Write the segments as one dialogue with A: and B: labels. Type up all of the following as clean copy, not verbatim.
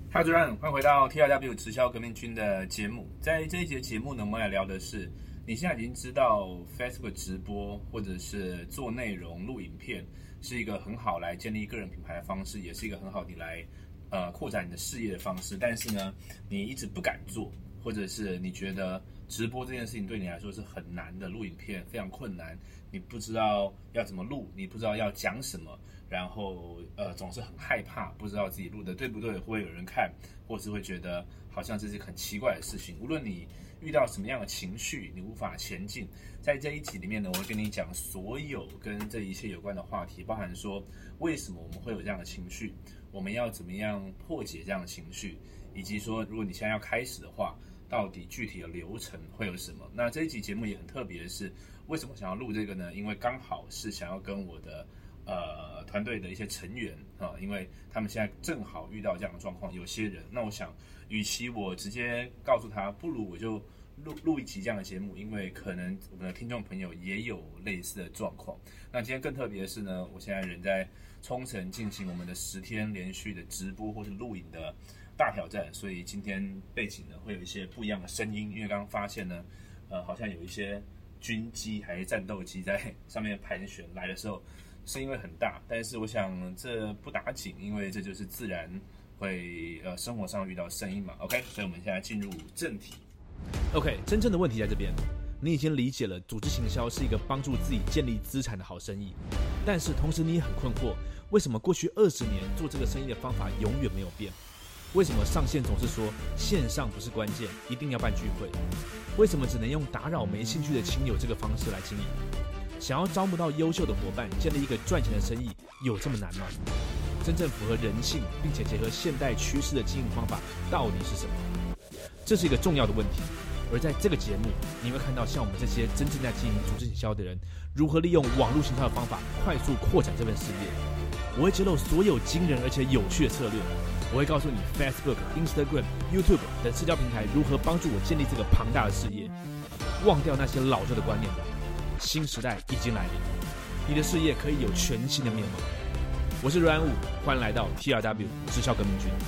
A: 嗨，主任，欢迎回到 TRW 直销革命军的节目。在这一节节目呢，我们来聊的是，你现在已经知道 Facebook 直播或者是做内容、录影片是一个很好来建立个人品牌的方式，也是一个很好你来扩展你的事业的方式。但是呢，你一直不敢做，或者是你觉得直播这件事情对你来说是很难的，录影片非常困难，你不知道要怎么录，你不知道要讲什么。然后总是很害怕，不知道自己录的对不对，会不会有人看，或是会觉得好像这是很奇怪的事情。无论你遇到什么样的情绪，你无法前进，在这一集里面呢，我会跟你讲所有跟这一切有关的话题，包含说为什么我们会有这样的情绪，我们要怎么样破解这样的情绪，以及说如果你现在要开始的话，到底具体的流程会有什么。那这一集节目也很特别的是，为什么想要录这个呢？因为刚好是想要跟我的团队的一些成员因为他们现在正好遇到这样的状况，有些人，那我想，与其我直接告诉他，不如我就录一集这样的节目，因为可能我们的听众朋友也有类似的状况。那今天更特别的是呢，我现在人在冲绳进行我们的10天连续的直播或是录影的大挑战，所以今天背景呢会有一些不一样的声音，因为刚刚发现呢，好像有一些军机还是战斗机在上面盘旋，来的时候声音会很大，但是我想这不打紧，因为这就是自然会生活上遇到声音嘛。OK， 所以我们现在进入正题。
B: OK， 真正的问题在这边，你已经理解了组织行销是一个帮助自己建立资产的好生意，但是同时你也很困惑，为什么过去20年做这个生意的方法永远没有变？为什么上线总是说线上不是关键，一定要办聚会？为什么只能用打扰没兴趣的亲友这个方式来经营？想要招募到优秀的伙伴，建立一个赚钱的生意，有这么难吗？真正符合人性并且结合现代趋势的经营方法到底是什么？这是一个重要的问题。而在这个节目，你会看到像我们这些真正在经营组织行销的人，如何利用网络行销的方法快速扩展这份事业。我会揭露所有惊人而且有趣的策略。我会告诉你 Facebook、Instagram、YouTube 等社交平台如何帮助我建立这个庞大的事业。忘掉那些老旧的观念吧，新时代已经来临，你的事业可以有全新的面貌。我是阮武，欢迎来到 TRW 直销革命军。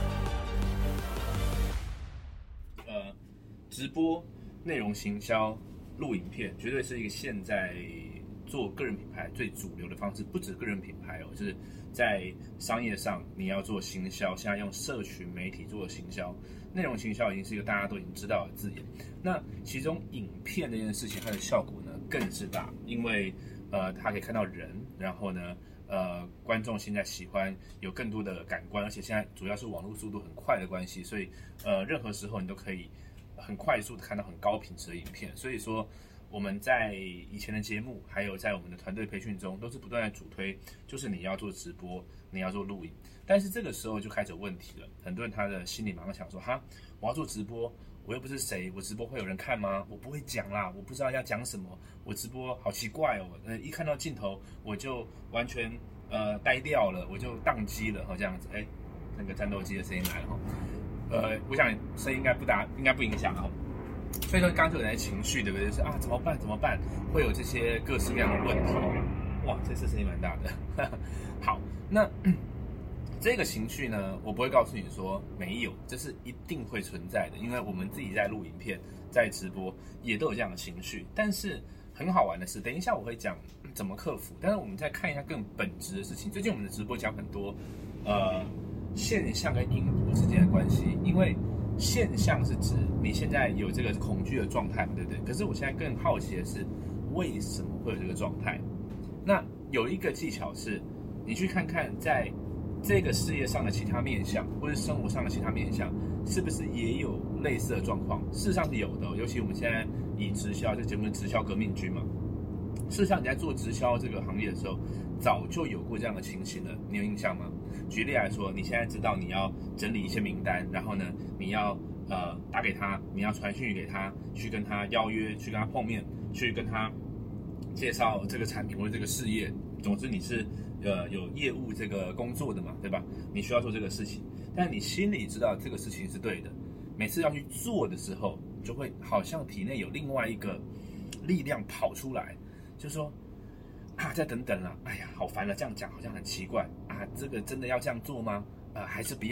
A: 直播、内容行销、录影片，绝对是一个现在做个人品牌最主流的方式。不止个人品牌哦，就是在商业上你要做行销，现在用社群媒体做行销，内容行销已经是一个大家都已经知道的字眼。那其中影片这件事情，它的效果呢更是大，因为它可以看到人，然后呢观众现在喜欢有更多的感官，而且现在主要是网络速度很快的关系，所以任何时候你都可以很快速的看到很高品质的影片。所以说我们在以前的节目，还有在我们的团队培训中，都是不断的主推，就是你要做直播，你要做录影。但是这个时候就开始有问题了，很多人他的心里马上想说，我要做直播，我又不是谁，我直播会有人看吗？我不会讲啦，我不知道要讲什么，我直播好奇怪哦，一看到镜头我就完全呆掉了，我就宕机了这样子。那个战斗机的声音来了我想声音应该不影响所以说刚刚就有点情绪，对不对？就是怎么办？会有这些各式各样的问题。哇，这次声音蛮大的。好，那这个情绪呢，我不会告诉你说没有，这是一定会存在的，因为我们自己在录影片、在直播也都有这样的情绪。但是很好玩的是，等一下我会讲怎么克服。但是我们再看一下更本质的事情。最近我们的直播讲很多现象跟因果之间的关系，因为现象是指你现在有这个恐惧的状态，对不对？可是我现在更好奇的是，为什么会有这个状态？那有一个技巧是，你去看看在这个事业上的其他面向，或是生活上的其他面向，是不是也有类似的状况？事实上是有的尤其我们现在以直销，这节目是直销革命军嘛。事实上你在做直销这个行业的时候，早就有过这样的情形了，你有印象吗？举例来说，你现在知道你要整理一些名单，然后呢，你要打给他，你要传讯给他，去跟他邀约，去跟他碰面，去跟他介绍这个产品或者这个事业。总之你是有业务这个工作的嘛，对吧？你需要做这个事情，但你心里知道这个事情是对的，每次要去做的时候，就会好像体内有另外一个力量跑出来，就说再等等啦，哎呀，好烦了，这样讲好像很奇怪这个真的要这样做吗？还是不要好了。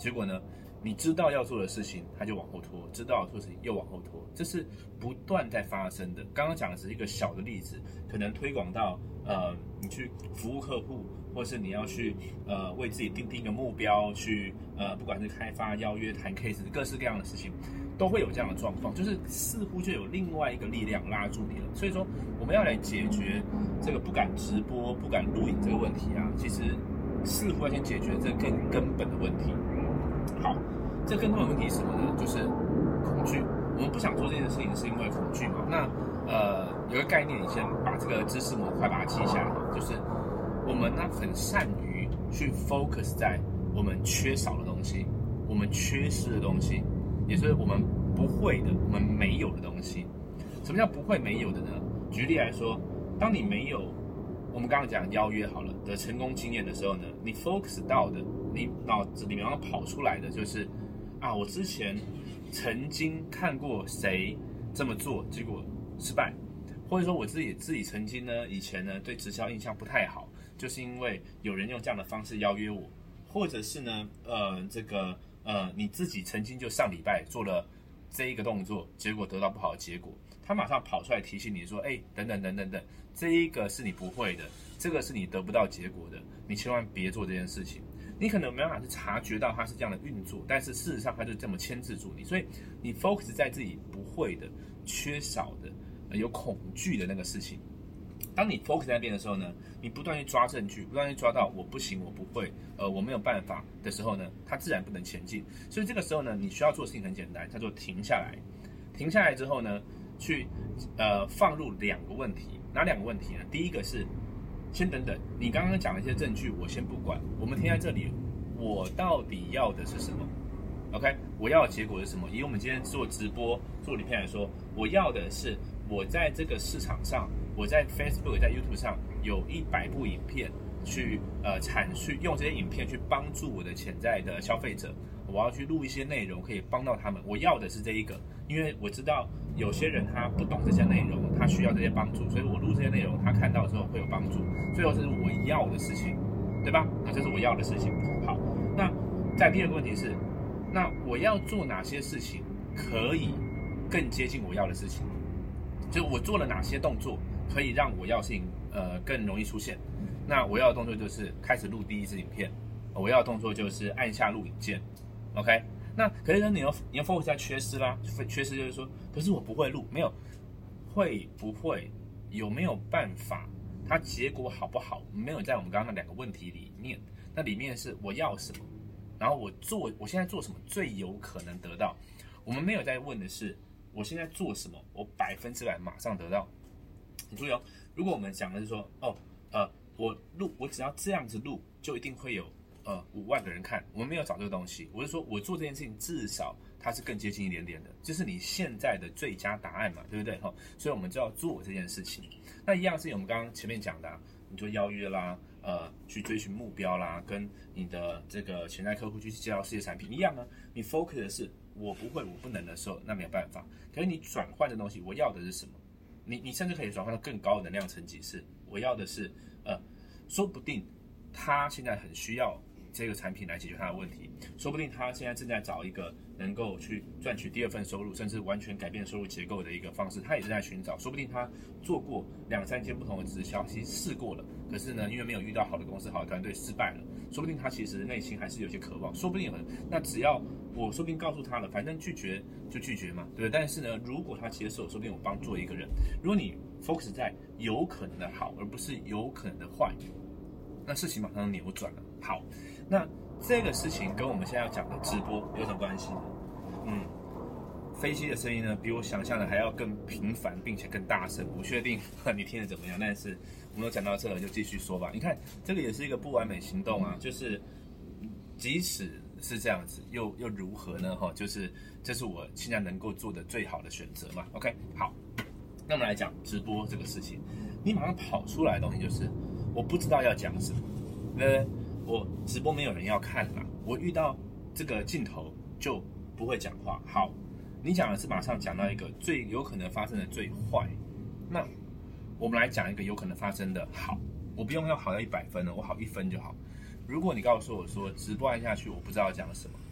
A: 结果呢，你知道要做的事情，它就往后拖；知道要做的事情又往后拖，这是不断在发生的。刚刚讲的只是一个小的例子，可能推广到你去服务客户，或是你要去为自己定一个目标，去不管是开发、邀约、谈 case， 各式各样的事情，都会有这样的状况，就是似乎就有另外一个力量拉住你了。所以说，我们要来解决这个不敢直播、不敢录影这个问题啊，其实似乎要先解决这更根本的问题。好，这更根本的问题是什么呢？就是恐惧。我们不想做这件事情，是因为恐惧嘛？那有个概念，你先把这个知识模块把它记下来，就是我们呢很善于去 focus 在我们缺少的东西，我们缺失的东西，也就是我们不会的，我们没有的东西。什么叫不会没有的呢？举例来说，当你没有我们刚刚讲邀约好了的成功经验的时候呢，你 focus 到的，你脑子里面要跑出来的就是啊，我之前曾经看过谁这么做，结果失败，或者说我自己曾经呢，以前呢对直销印象不太好，就是因为有人用这样的方式邀约我，或者是呢，你自己曾经就上礼拜做了这一个动作，结果得到不好的结果，他马上跑出来提醒你说，等等，这一个是你不会的，这个是你得不到结果的，你千万别做这件事情。你可能没办法去察觉到它是这样的运作，但是事实上它就这么牵制住你，所以你 focus 在自己不会的、缺少的、有恐惧的那个事情。当你 focus 在那边的时候呢，你不断去抓证据，不断去抓到我不行、我不会、我没有办法的时候呢，它自然不能前进。所以这个时候呢，你需要做的事情很简单，叫做停下来。停下来之后呢，去放入两个问题，哪两个问题呢？第一个是先等等，你刚刚讲的一些证据我先不管，我们停在这里，我到底要的是什么 ？OK， 我要的结果是什么？以我们今天做直播、做影片来说，我要的是我在这个市场上，我在 Facebook、在 YouTube 上有100部影片去阐述，用这些影片去帮助我的潜在的消费者。我要去录一些内容，可以帮到他们。我要的是这一个，因为我知道有些人他不懂这些内容，他需要这些帮助，所以我录这些内容，他看到之后会有帮助。最后这是我要的事情，对吧？那这是我要的事情。好，那再第二个问题是，那我要做哪些事情可以更接近我要的事情？就我做了哪些动作可以让我要的事情更容易出现？那我要的动作就是开始录第一支影片，我要的动作就是按下录影键。OK， 那可是呢，你要 focus 在缺失啦，缺失就是说，可是我不会录，没有会不会，有没有办法，它结果好不好，没有在我们刚刚那两个问题里面。那里面是我要什么，然后我现在做什么最有可能得到。我们没有在问的是我现在做什么，我100%马上得到。你注意哦，如果我们讲的是说，我只要这样子录，就一定会有5万个人看，我们没有找这个东西。我是说我做这件事情至少它是更接近一点点的，就是你现在的最佳答案嘛，对不对？所以我们就要做这件事情。那一样是我们刚刚前面讲的你做邀约啦，去追寻目标啦，跟你的这个潜在客户去介绍世界产品一样呢。你 focus 的是我不会、我不能的时候，那没有办法。可是你转换的东西，我要的是什么？你甚至可以转换到更高的能量层级，是我要的是说不定他现在很需要这个产品来解决他的问题，说不定他现在正在找一个能够去赚取第二份收入，甚至完全改变收入结构的一个方式，他也是在寻找。说不定他做过2-3间不同的直销，其实试过了，可是呢，因为没有遇到好的公司、好的团队，失败了。说不定他其实内心还是有些渴望，说不定那只要我说不定告诉他了，反正拒绝就拒绝嘛，对不对？但是呢，如果他接受，说不定我帮助一个人。如果你 focus 在有可能的好，而不是有可能的坏，那事情马上扭转了。好，那这个事情跟我们现在要讲的直播有什么关系呢？飞机的声音呢，比我想象的还要更频繁，并且更大声。我确定你听得怎么样，但是我们都讲到这了，就继续说吧。你看，这个也是一个不完美行动啊，就是即使是这样子，又如何呢？就是这是我现在能够做的最好的选择嘛。OK， 好，那我们来讲直播这个事情。你马上跑出来的东西就是我不知道要讲什么，我直播没有人要看啦，我遇到这个镜头就不会讲话。好，你讲的是马上讲到一个最有可能发生的最坏，那我们来讲一个有可能发生的好。我不用要好到100分了，我好1分就好。如果你告诉我说直播按下去我不知道要讲什么，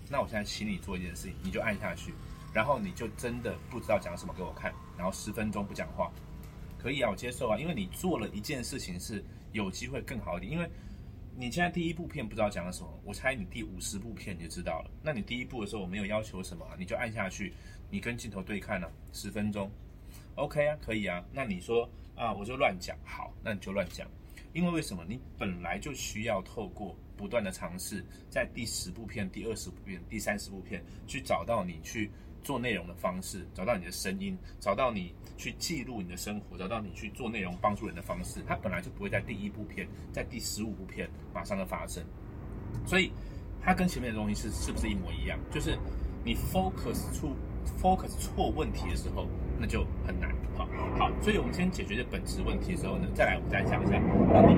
A: 那我现在请你做一件事情，你就按下去，然后你就真的不知道讲什么给我看，然后10分钟不讲话，可以啊，我接受啊，因为你做了一件事情是有机会更好一点，因为你现在第1部片不知道讲了什么，我猜你第50部片你就知道了。那你第1部的时候我没有要求什么，你就按下去，你跟镜头对看啊，10分钟 ，OK 啊，可以啊。那你说啊，我就乱讲，好，那你就乱讲，因为为什么？你本来就需要透过不断的尝试，在第10部片、第20部片、第30部片去找到你去做内容的方式，找到你的声音，找到你去记录你的生活，找到你去做内容帮助人的方式，它本来就不会在第1部片、在第15部片马上的发生，所以它跟前面的东西是不是一模一样？就是你 focus 错问题的时候，那就很难。好，所以我们先解决这本质问题的时候呢，再来我们再想一下，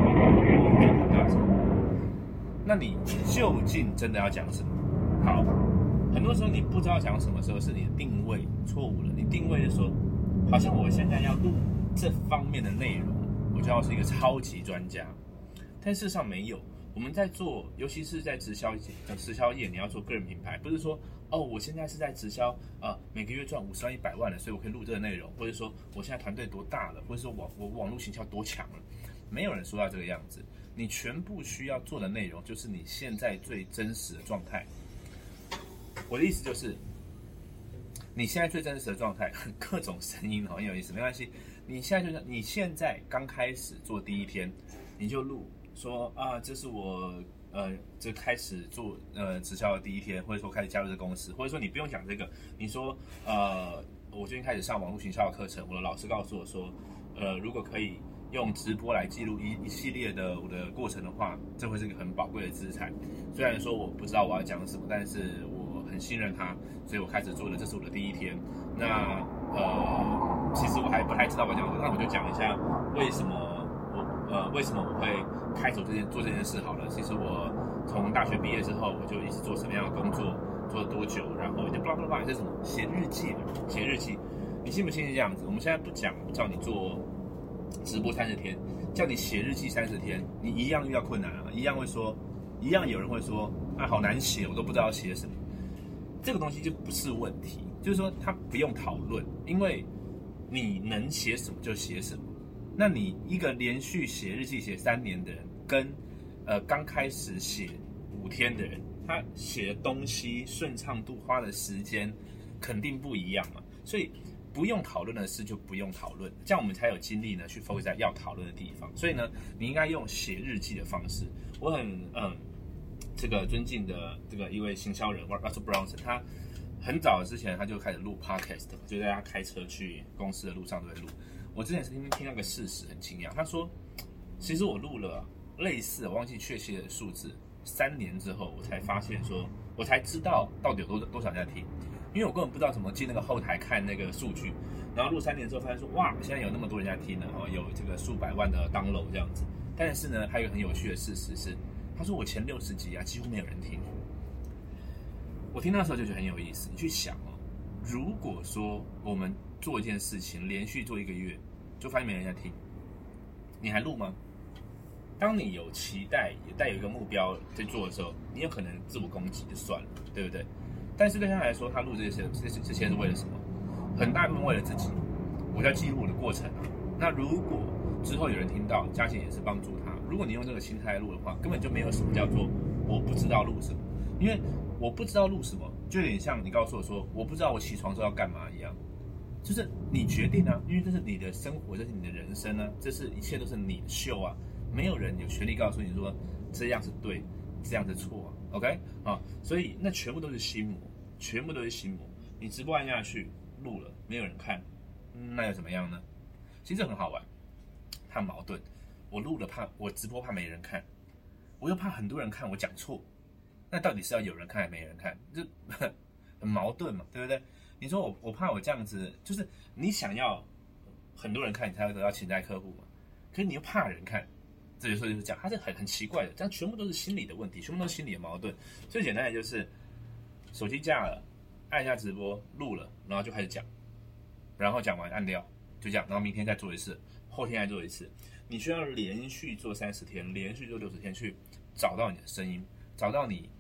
A: 那你究竟真的要讲什么？好。很多时候你不知道讲什么时候是你的定位错误了，你定位是说，好像我现在要录这方面的内容，我就要是一个超级专家，但事实上没有。我们在做，尤其是在直销业，你要做个人品牌，不是说哦，我现在是在直销每个月赚50万、100万了，所以我可以录这个内容，或者说我现在团队多大了，或者说我网络行销多强了，没有人说到这个样子。你全部需要做的内容就是你现在最真实的状态。我的意思就是，你现在最真实的状态，各种声音很有意思，没关系。你现在刚开始做第1天，你就录说啊，这是我这开始做直销的第1天，或者说开始加入这个公司，或者说你不用讲这个，你说我最近开始上网络行销的课程，我的老师告诉我说，如果可以用直播来记录一系列的我的过程的话，这会是一个很宝贵的资产。虽然说我不知道我要讲什么，但是我很信任他，所以我开始做的，这是我的第1天。那其实我还不太知道我讲什么，那我就讲一下为什么我会开始做这件事好了。其实我从大学毕业之后，我就一直做什么样的工作，做了多久，然后就blah blah blah，这是什么写日记。你信不信是这样子？我们现在不讲叫你做直播30天，叫你写日记30天，你一样遇到困难啊，一样有人会说啊，好难写，我都不知道要写什么。这个东西就不是问题，就是说它不用讨论，因为你能写什么就写什么。那你一个连续写日记写3年的人，跟刚开始写5天的人，他写的东西顺畅度花的时间肯定不一样嘛，所以不用讨论的事就不用讨论，这样我们才有精力呢去 focus 在要讨论的地方。所以呢，你应该用写日记的方式。我很这个尊敬的这个一位行销人 Russell Brunson， 他很早之前他就开始录 podcast， 就在他开车去公司的路上都会录。我之前是听那个事实很惊讶，他说，其实我录了类似我忘记确切的数字，3年之后我才发现说，我才知道到底有多少人在听。因为我根本不知道怎么进那个后台看那个数据，然后录3年之后发现说，哇，现在有那么多人在听了，有这个数百万的 download 这样子。但是呢，还有一个很有趣的事实是，他说我前60集几乎没有人听。我听那时候就觉得很有意思。你去想如果说我们做一件事情连续做1个月，就发现没人在听，你还录吗？当你有期待，也带有一个目标在做的时候，你有可能自我攻击就算了，对不对？但是对他来说，他录这些是为了什么？很大部分为了自己，我在记录我的过程啊。那如果之后有人听到，相信也是帮助他。如果你用这个心态录的话，根本就没有什么叫做我不知道录什么，因为我不知道录什么，就有点像你告诉我说我不知道我起床之后要干嘛一样，就是你决定啊，因为这是你的生活，这是你的人生啊，这是一切都是你的秀啊，没有人有权利告诉你说这样是对，这样是错啊。OK 啊，所以那全部都是心魔，全部都是心魔。你直播按下去录了，没有人看，那又怎么样呢？其实很好玩，它很矛盾。我录了我直播怕没人看，我又怕很多人看我讲错，那到底是要有人看还是没人看？就很矛盾嘛，对不对？你说我怕我这样子，就是你想要很多人看，你才会得到潜在客户嘛，可是你又怕人看。这有时候就是这样，它是很奇怪的，这样全部都是心理的问题，全部都是心理的矛盾。最简单的就是手机架了，按一下直播，录了，然后就开始讲，然后讲完按掉，就这样，然后明天再做一次，后天再做一次。你需要连续做30天，连续做60天，去找到你的声音，找到你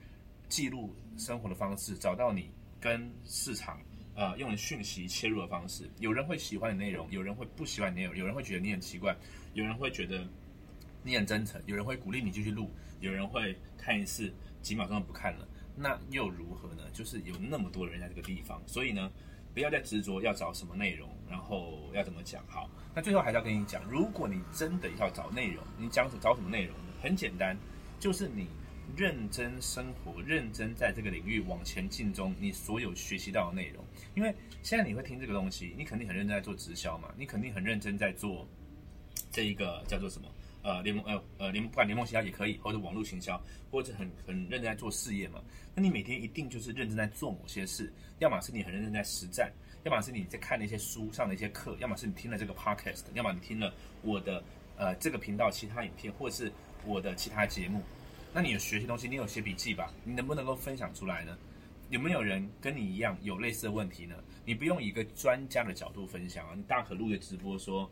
A: 记录生活的方式，找到你跟市场用讯息切入的方式。有人会喜欢你内容，有人会不喜欢你内容，有人会觉得你很奇怪，有人会觉得你很真诚，有人会鼓励你继续录，有人会看一次几秒钟就不看了。那又如何呢？就是有那么多人在这个地方，所以呢，不要再执着要找什么内容，然后要怎么讲。好，那最后还是要跟你讲，如果你真的要找内容，你找什么内容呢？很简单，就是你认真生活，认真在这个领域往前进中，你所有学习到的内容。因为现在你会听这个东西，你肯定很认真在做直销嘛，你肯定很认真在做这一个叫做什么？不管联盟行销也可以，或者网络行销，或者很认真在做事业嘛。那你每天一定就是认真在做某些事，要么是你很认真在实战，要么是你在看的一些书上的一些课，要么是你听了这个 podcast， 要么你听了我的这个频道其他影片，或者是我的其他节目。那你有学些东西，你有写笔记吧？你能不能够分享出来呢？有没有人跟你一样有类似的问题呢？你不用以一个专家的角度分享啊，你大可录个直播说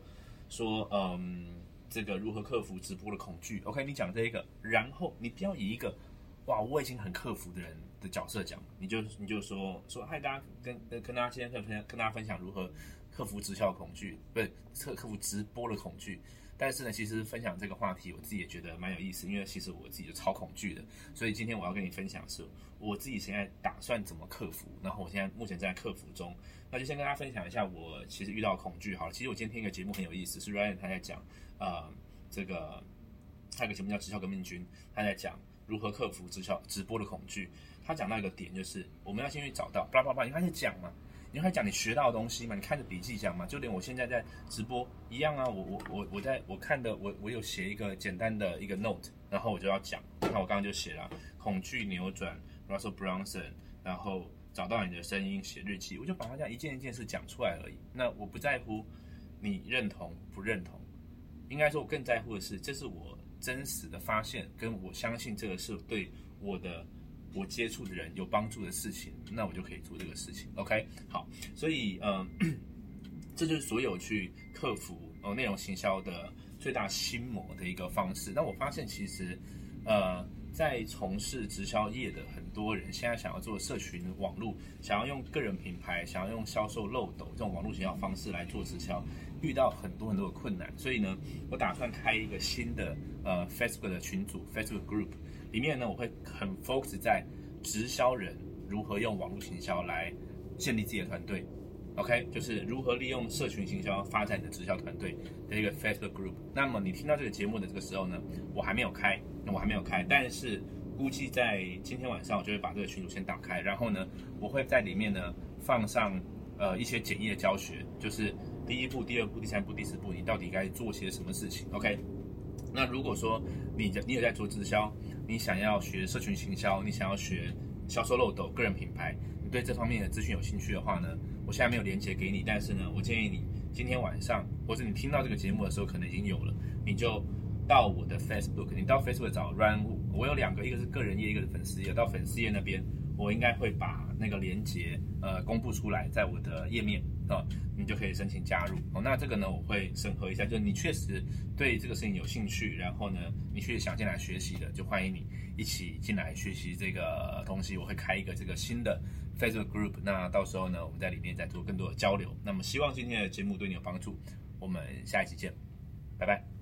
A: 这个如何克服直播的恐惧 ？OK， 你讲这一个，然后你不要以一个哇我已经很克服的人的角色讲，你就说嗨，大家跟大家今天跟大家分享如何克服直销的恐惧，不是克服直播的恐惧。但是呢，其实分享这个话题，我自己也觉得蛮有意思，因为其实我自己就超恐惧的，所以今天我要跟你分享的是我自己现在打算怎么克服，然后我现在目前在克服中。那就先跟大家分享一下我其实遇到的恐惧好了。其实我今天听一个节目很有意思，是 Ryan 他在讲这个他有个节目叫《直销革命军》，他在讲如何克服直播的恐惧。他讲到一个点，就是我们要先去找到，巴拉巴拉，你开始讲嘛，你开始讲你学到的东西嘛，你看着笔记讲嘛，就连我现在在直播一样啊，我看的我有写一个简单的一个 note， 然后我就要讲。那我刚刚就写了恐惧扭转 Russell Brunson， 然后找到你的声音写日记，我就把它这样一件一件事讲出来而已。那我不在乎你认同不认同，应该说我更在乎的是，这是我真实的发现，跟我相信这个是对我接触的人有帮助的事情，那我就可以做这个事情。OK， 好，所以这就是所有去克服内容行销的最大心魔的一个方式。那我发现其实在从事直销业的很多人，现在想要做社群网络，想要用个人品牌，想要用销售漏斗这种网络行销方式来做直销，遇到很多的困难。所以呢，我打算开一个新的Facebook 的群组 Facebook Group， 里面呢我会很 focus 在直销人如何用网络行销来建立自己的团队。OK， 就是如何利用社群行销发展你的直销团队的一个 Facebook Group。那么你听到这个节目的这个时候呢，我还没有开，但是估计在今天晚上我就会把这个群组先打开，然后呢，我会在里面呢放上一些简易的教学，就是第一步、第二步、第三步、第四步，你到底该做些什么事情 ？OK。那如果说你有在做直销，你想要学社群行销，你想要学销售漏斗、个人品牌，你对这方面的资讯有兴趣的话呢，我现在没有连结给你，但是呢，我建议你今天晚上，或者你听到这个节目的时候，可能已经有了，你就到我的 Facebook， 你到 Facebook 找 Ryan Wu， 我有两个，一个是个人页，一个是粉丝页，到粉丝页那边，我应该会把那个连结公布出来，在我的页面你就可以申请加入。那这个呢，我会审核一下，就是你确实对这个事情有兴趣，然后呢，你确实想进来学习的，就欢迎你一起进来学习这个东西。我会开一个这个新的 Facebook Group， 那到时候呢，我们在里面再做更多的交流。那么希望今天的节目对你有帮助，我们下一期见，拜拜。